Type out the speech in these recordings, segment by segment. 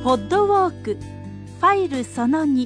ポッドウォークファイルその2。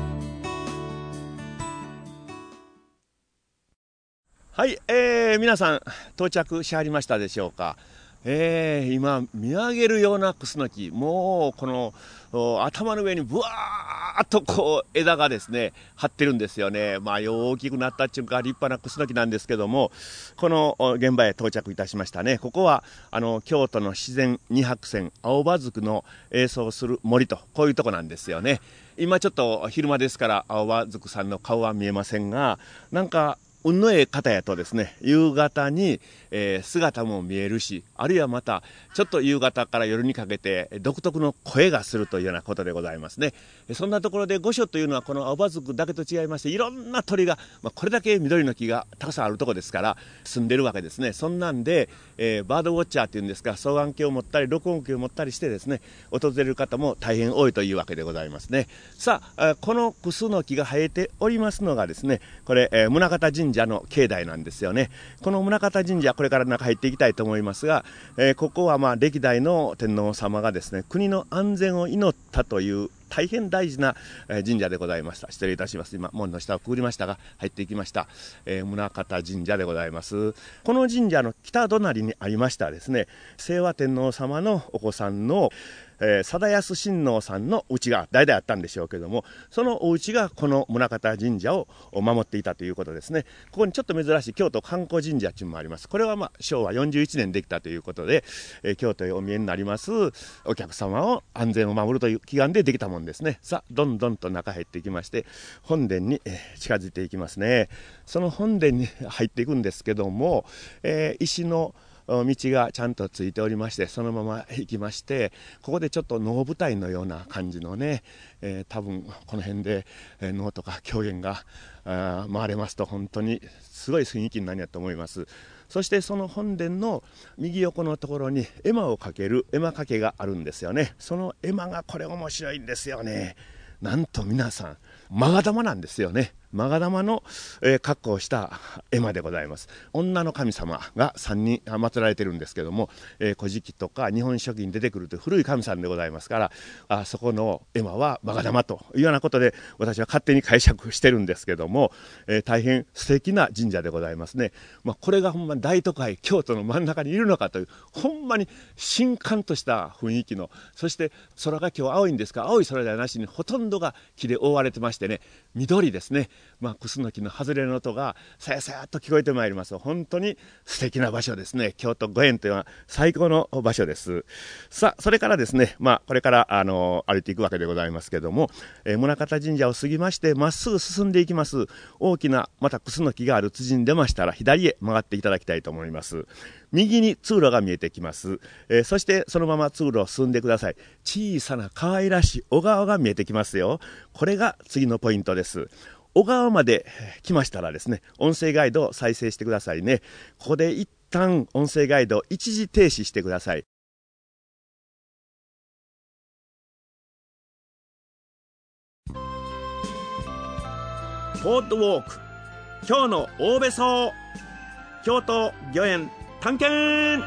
はい、皆さん到着しはりましたでしょうか。今見上げるようなクスノキ、もうこの頭の上にブワーッとこう枝がですね張ってるんですよね。大きくなったっていうか立派なクスノキなんですけども、この現場へ到着いたしましたね。ここは京都の自然二白線青葉宿の営巣する森と、こういうとこなんですよね。今ちょっと昼間ですから青葉宿さんの顔は見えませんが、なんか運のええ方やとですね、夕方に、姿も見えるし、あるいはまたちょっと夕方から夜にかけて独特の声がするというようなことでございますね。そんなところで御所というのはこの青葉宿だけと違いまして、いろんな鳥が、これだけ緑の木がたくさんあるところですから住んでるわけですね。そんなんで、バードウォッチャーというんですか、双眼鏡を持ったり録音機を持ったりしてですね訪れる方も大変多いというわけでございますね。さあ、このクスノキが生えておりますのがですね、これ、宗像神社の境内なんですよね。この宗像神社、これから中入っていきたいと思いますが、ここは歴代の天皇様がですね国の安全を祈ったという大変大事な神社でございました。失礼いたします。今門の下をくぐりましたが入っていきました、宗像神社でございます。この神社の北隣にありましたですね、清和天皇様のお子さんの貞康親王さんのお家が代々あったんでしょうけども、そのお家がこの宗像神社を守っていたということですね。ここにちょっと珍しい京都観光神社というのもあります。これは昭和41年できたということで、京都へお見えになりますお客様を安全を守るという祈願でできたもんですね。さあどんどんと中入っていきまして、本殿に近づいていきますね。その本殿に入っていくんですけども、石の道がちゃんとついておりまして、そのまま行きまして、ここでちょっと能舞台のような感じのね、多分この辺で能とか狂言が回れますと本当にすごい雰囲気になるんやと思います。そしてその本殿の右横のところに絵馬をかける絵馬掛けがあるんですよね。その絵馬がこれ面白いんですよね。なんと皆さん勾玉なんですよね。勾玉の、格好をした絵馬でございます。女の神様が3人祀られてるんですけども、古事記とか日本書紀に出てくるという古い神様でございますから、そこの絵馬は勾玉というようなことで私は勝手に解釈してるんですけども、大変素敵な神社でございますね。これがほんまに大都会京都の真ん中にいるのかという、ほんまに神官とした雰囲気の、そして空が今日青いんですが、青い空ではなしにほとんどが木で覆われてましてね、緑ですね。クスノキの外れの音がさやさやっと聞こえてまいります。本当に素敵な場所ですね。京都御苑というのは最高の場所です。さあそれからですね、これから歩いていくわけでございますけども、宗像神社を過ぎましてまっすぐ進んでいきます。大きなまたクスノキがある辻に出ましたら左へ曲がっていただきたいと思います。右に通路が見えてきます。そしてそのまま通路を進んでください。小さな可愛らしい小川が見えてきますよ。これが次のポイントです。小川まで来ましたらですね、音声ガイドを再生してくださいね。ここで一旦音声ガイドを一時停止してください。ポッドウォーク、今日の大べそ京都御苑探検。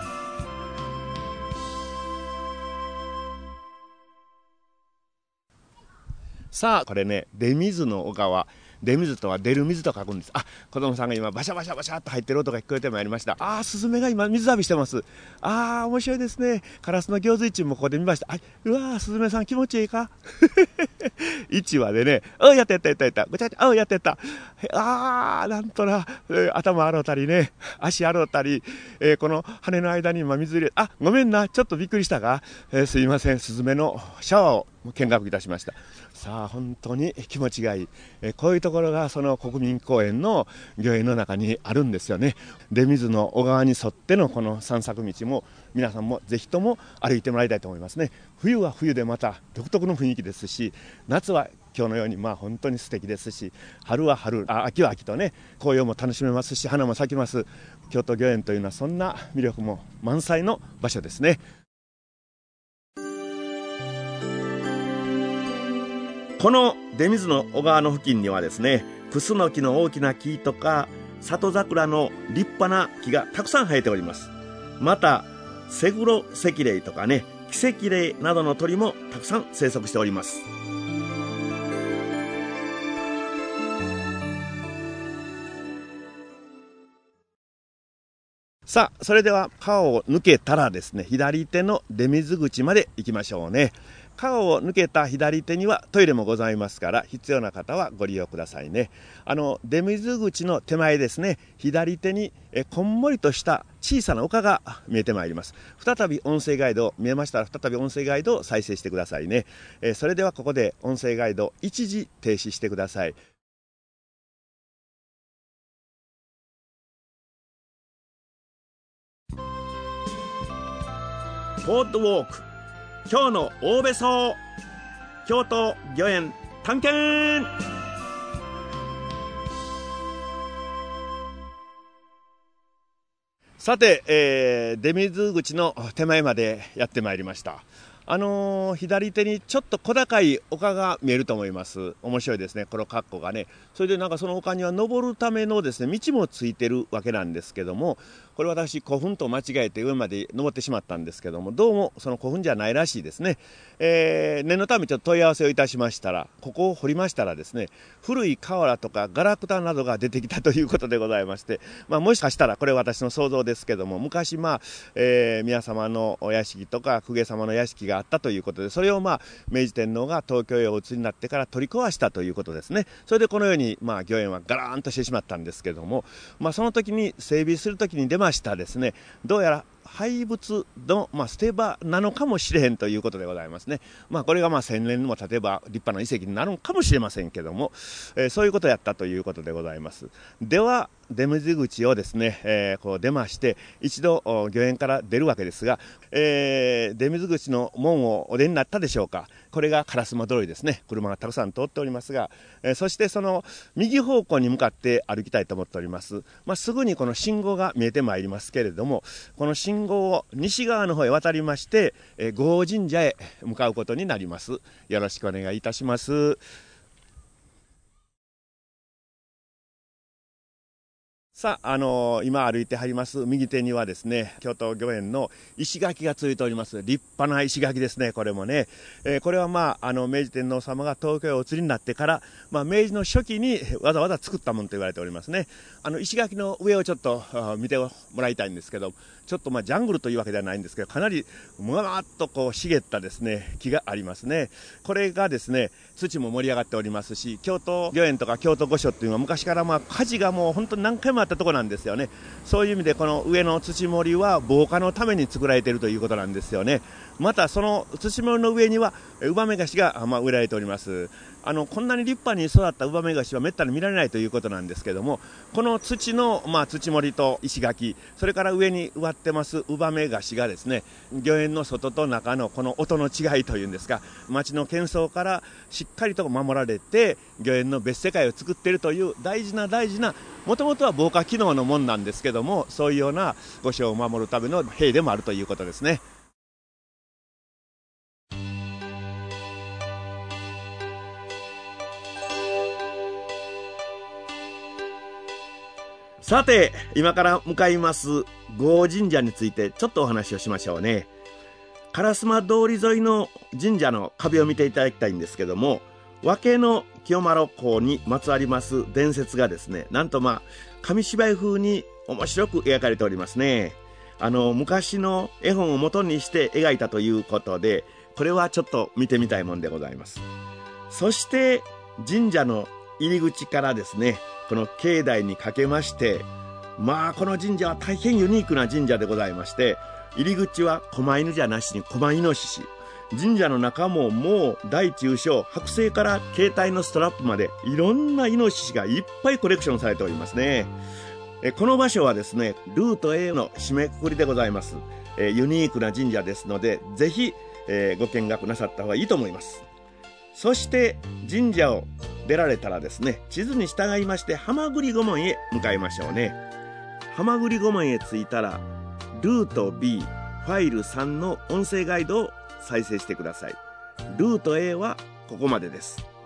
さあこれね、出水の小川、出水とは出る水と書くんです。子供さんが今バシャバシャバシャっと入ってる音が聞こえてまいりました。スズメが今水浴びしてます。面白いですね。カラスの行水中もここで見ました。うわー、スズメさん気持ちいいか1話でね、やったごちゃごちゃ、やってた。なんとな、頭洗うたりね、足洗うたり、この羽の間に今水入れ、ごめんな、ちょっとびっくりしたが、すいません、スズメのシャワーを見学いたしました。さあ本当に気持ちがいい、こういうところがその国民公園の御苑の中にあるんですよね。出水の小川に沿ってのこの散策道も皆さんもぜひとも歩いてもらいたいと思いますね。冬は冬でまた独特の雰囲気ですし、夏は今日のように本当に素敵ですし、春は春、秋は秋とね、紅葉も楽しめますし花も咲きます。京都御苑というのはそんな魅力も満載の場所ですね。この出水の小川の付近にはですね、クスノキの大きな木とか里桜の立派な木がたくさん生えております。またセグロセキレイとかね、 キセキレイなどの鳥もたくさん生息しております。さあ、それでは川を抜けたらですね、左手の出水口まで行きましょうね。川を抜けた左手にはトイレもございますから、必要な方はご利用くださいね。出水口の手前ですね、左手にこんもりとした小さな丘が見えてまいります。再び音声ガイド見えましたら、再び音声ガイドを再生してくださいね。それではここで音声ガイド一時停止してください。ポッドウォーク、今日の大べそ京都御苑探検。さて、出水口の手前までやってまいりました。左手にちょっと小高い丘が見えると思います。面白いですね、この格好がね。それでなんかその丘には登るためのですね、道もついてるわけなんですけども、これ私古墳と間違えて上まで登ってしまったんですけども、どうもその古墳じゃないらしいですね。念のためちょっと問い合わせをいたしましたら、ここを掘りましたらですね、古い瓦とかガラクタなどが出てきたということでございまして、もしかしたらこれ私の想像ですけども、昔宮様のお屋敷とか公家様の屋敷があったということで、それを明治天皇が東京へお移りになってから取り壊したということですね。それでこのように御苑はガラーンとしてしまったんですけども、その時に整備する時に出ましたですね、どうやら廃物の、捨て場なのかもしれへんということでございますね。これが1000年も経てば立派な遺跡になるのかもしれませんけども、そういうことやったということでございます。では出水口をですね、こう出まして一度御苑から出るわけですが、出水口の門をお出になったでしょうか。これが烏丸通りですね。車がたくさん通っておりますが、そしてその右方向に向かって歩きたいと思っております。すぐにこの信号が見えてまいりますけれども、この信号を西側の方へ渡りまして、郷神社へ向かうことになります。よろしくお願いいたします。さあ、今歩いてはります右手にはですね、京都御苑の石垣がついております。立派な石垣ですね、これもね。これは明治天皇様が東京へお移りになってから、明治の初期にわざわざ作ったものと言われておりますね。石垣の上をちょっと見てもらいたいんですけど、ちょっとジャングルというわけではないんですけど、かなりむわっとこう茂ったですね、木がありますね。これがですね、土も盛り上がっておりますし、京都御苑とか京都御所っていうのは昔から火事がもう本当に何回もあったところなんですよね。そういう意味でこの上の土盛りは防火のために作られているということなんですよね。またその土盛りの上にはウバメガシが植えられております。こんなに立派に育ったウバメガシはめったに見られないということなんですけども、この土の、土盛りと石垣、それから上に植わってますウバメガシがですね、御苑の外と中のこの音の違いというんですか、町の喧騒からしっかりと守られて御苑の別世界を作っているという大事なもともとは防火機能のもんなんですけども、そういうような御所を守るための兵でもあるということですね。さて、今から向かいます郷神社についてちょっとお話をしましょうね。烏丸通り沿いの神社の壁を見ていただきたいんですけども、和気の清麻呂公にまつわります伝説がですね、なんと紙芝居風に面白く描かれておりますね。昔の絵本を元にして描いたということで、これはちょっと見てみたいもんでございます。そして神社の入り口からですね、この境内にかけまして、この神社は大変ユニークな神社でございまして、入り口は狛犬じゃなしに狛イノシシ。神社の中ももう大中小、剥製から携帯のストラップまでいろんなイノシシがいっぱいコレクションされておりますね。この場所はですね、ルート A の締めくくりでございます。ユニークな神社ですので、ぜひ、ご見学なさった方がいいと思います。そして神社を出られたらですね、地図に従いまして蛤御門へ向かいましょうね。蛤御門へ着いたらルート B ファイル3の音声ガイドを再生してください。ルート A はここまでです。